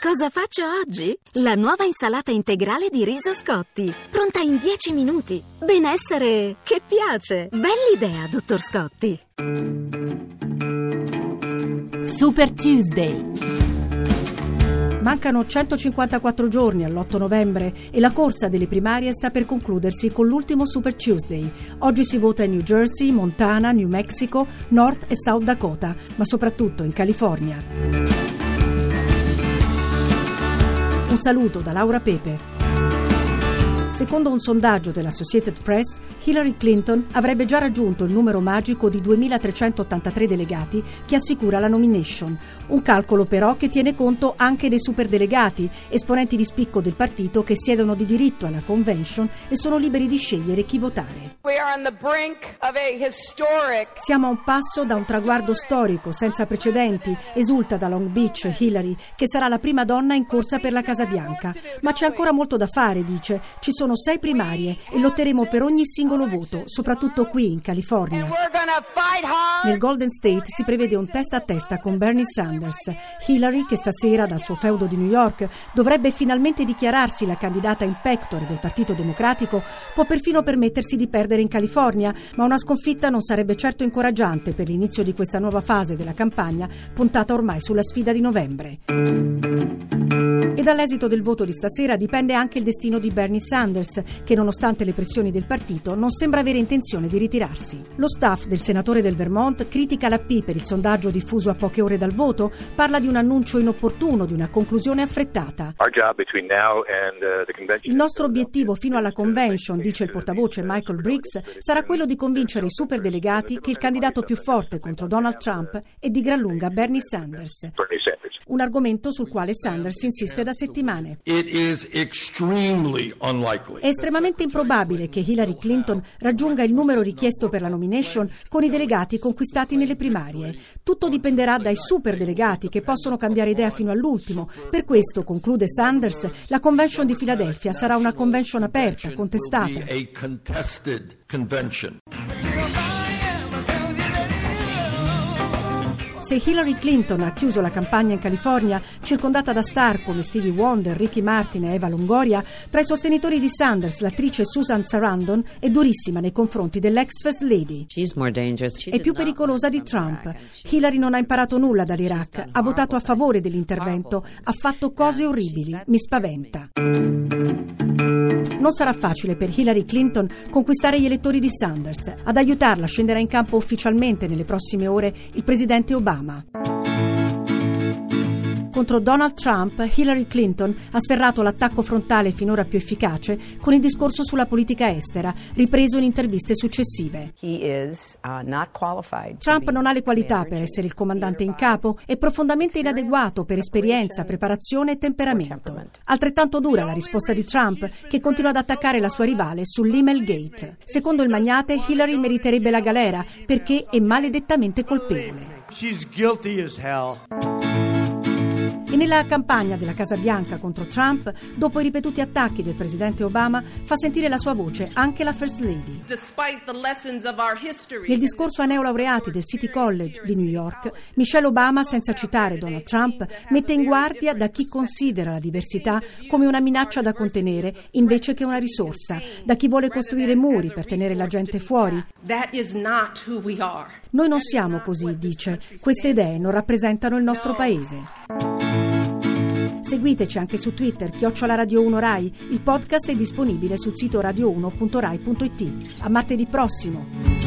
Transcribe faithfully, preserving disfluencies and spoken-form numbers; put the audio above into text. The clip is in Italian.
Cosa faccio oggi? La nuova insalata integrale di riso Scotti, pronta in dieci minuti. Benessere che piace. Bell'idea, dottor Scotti. Super Tuesday. Mancano centocinquantaquattro giorni all'otto novembre e la corsa delle primarie sta per concludersi con l'ultimo Super Tuesday. Oggi si vota in New Jersey, Montana, New Mexico, North e South Dakota, ma soprattutto in California. Un saluto da Laura Pepe. Secondo un sondaggio dell'Associated Press, Hillary Clinton avrebbe già raggiunto il numero magico di duemilatrecentottantatré delegati che assicura la nomination. Un calcolo però che tiene conto anche dei superdelegati, esponenti di spicco del partito che siedono di diritto alla convention e sono liberi di scegliere chi votare. Siamo a un passo da un traguardo storico senza precedenti, esulta da Long Beach Hillary, che sarà la prima donna in corsa per la Casa Bianca. Ma c'è ancora molto da fare, dice. Ci sono sei primarie e lotteremo per ogni singolo voto, soprattutto qui in California. Nel Golden State si prevede un testa a testa con Bernie Sanders. Hillary, che stasera dal suo feudo di New York dovrebbe finalmente dichiararsi la candidata in pectore del Partito Democratico, può perfino permettersi di perdere in California, ma una sconfitta non sarebbe certo incoraggiante per l'inizio di questa nuova fase della campagna, puntata ormai sulla sfida di novembre. E dall'esito del voto di stasera dipende anche il destino di Bernie Sanders, che nonostante le pressioni del partito non sembra avere intenzione di ritirarsi. Lo staff del senatore del Vermont critica l'A P per il sondaggio diffuso a poche ore dal voto, parla di un annuncio inopportuno, di una conclusione affrettata. Il nostro obiettivo fino alla convention, dice il portavoce Michael Briggs, sarà quello di convincere i superdelegati che il candidato più forte contro Donald Trump è di gran lunga Bernie Sanders. Un argomento sul quale Sanders insiste da settimane. È estremamente improbabile che Hillary Clinton raggiunga il numero richiesto per la nomination con i delegati conquistati nelle primarie. Tutto dipenderà dai superdelegati che possono cambiare idea fino all'ultimo. Per questo, conclude Sanders, la convention di Philadelphia sarà una convention aperta, contestata. Se Hillary Clinton ha chiuso la campagna in California, circondata da star come Stevie Wonder, Ricky Martin e Eva Longoria, tra i sostenitori di Sanders l'attrice Susan Sarandon è durissima nei confronti dell'ex First Lady. È più pericolosa di Trump. Hillary non ha imparato nulla dall'Iraq, ha votato a favore dell'intervento, ha fatto cose orribili, mi spaventa. Non sarà facile per Hillary Clinton conquistare gli elettori di Sanders. Ad aiutarla scenderà in campo ufficialmente nelle prossime ore il presidente Obama. Contro Donald Trump, Hillary Clinton ha sferrato l'attacco frontale finora più efficace con il discorso sulla politica estera, ripreso in interviste successive. Trump non ha le qualità per essere il comandante in capo, è profondamente inadeguato per esperienza, preparazione e temperamento. Altrettanto dura la risposta di Trump, che continua ad attaccare la sua rivale sull'Email Gate. Secondo il magnate, Hillary meriterebbe la galera perché è maledettamente colpevole. She's guilty as hell. E nella campagna della Casa Bianca contro Trump, dopo i ripetuti attacchi del presidente Obama, fa sentire la sua voce anche la First Lady. Nel discorso a neolaureati del City College di New York, Michelle Obama, senza citare Donald Trump, mette in guardia da chi considera la diversità come una minaccia da contenere invece che una risorsa, da chi vuole costruire muri per tenere la gente fuori. Noi non siamo così, dice. Queste idee non rappresentano il nostro paese. Seguiteci anche su Twitter, chiocciola Radio uno Rai. Il podcast è disponibile sul sito radio uno punto rai punto it. A martedì prossimo!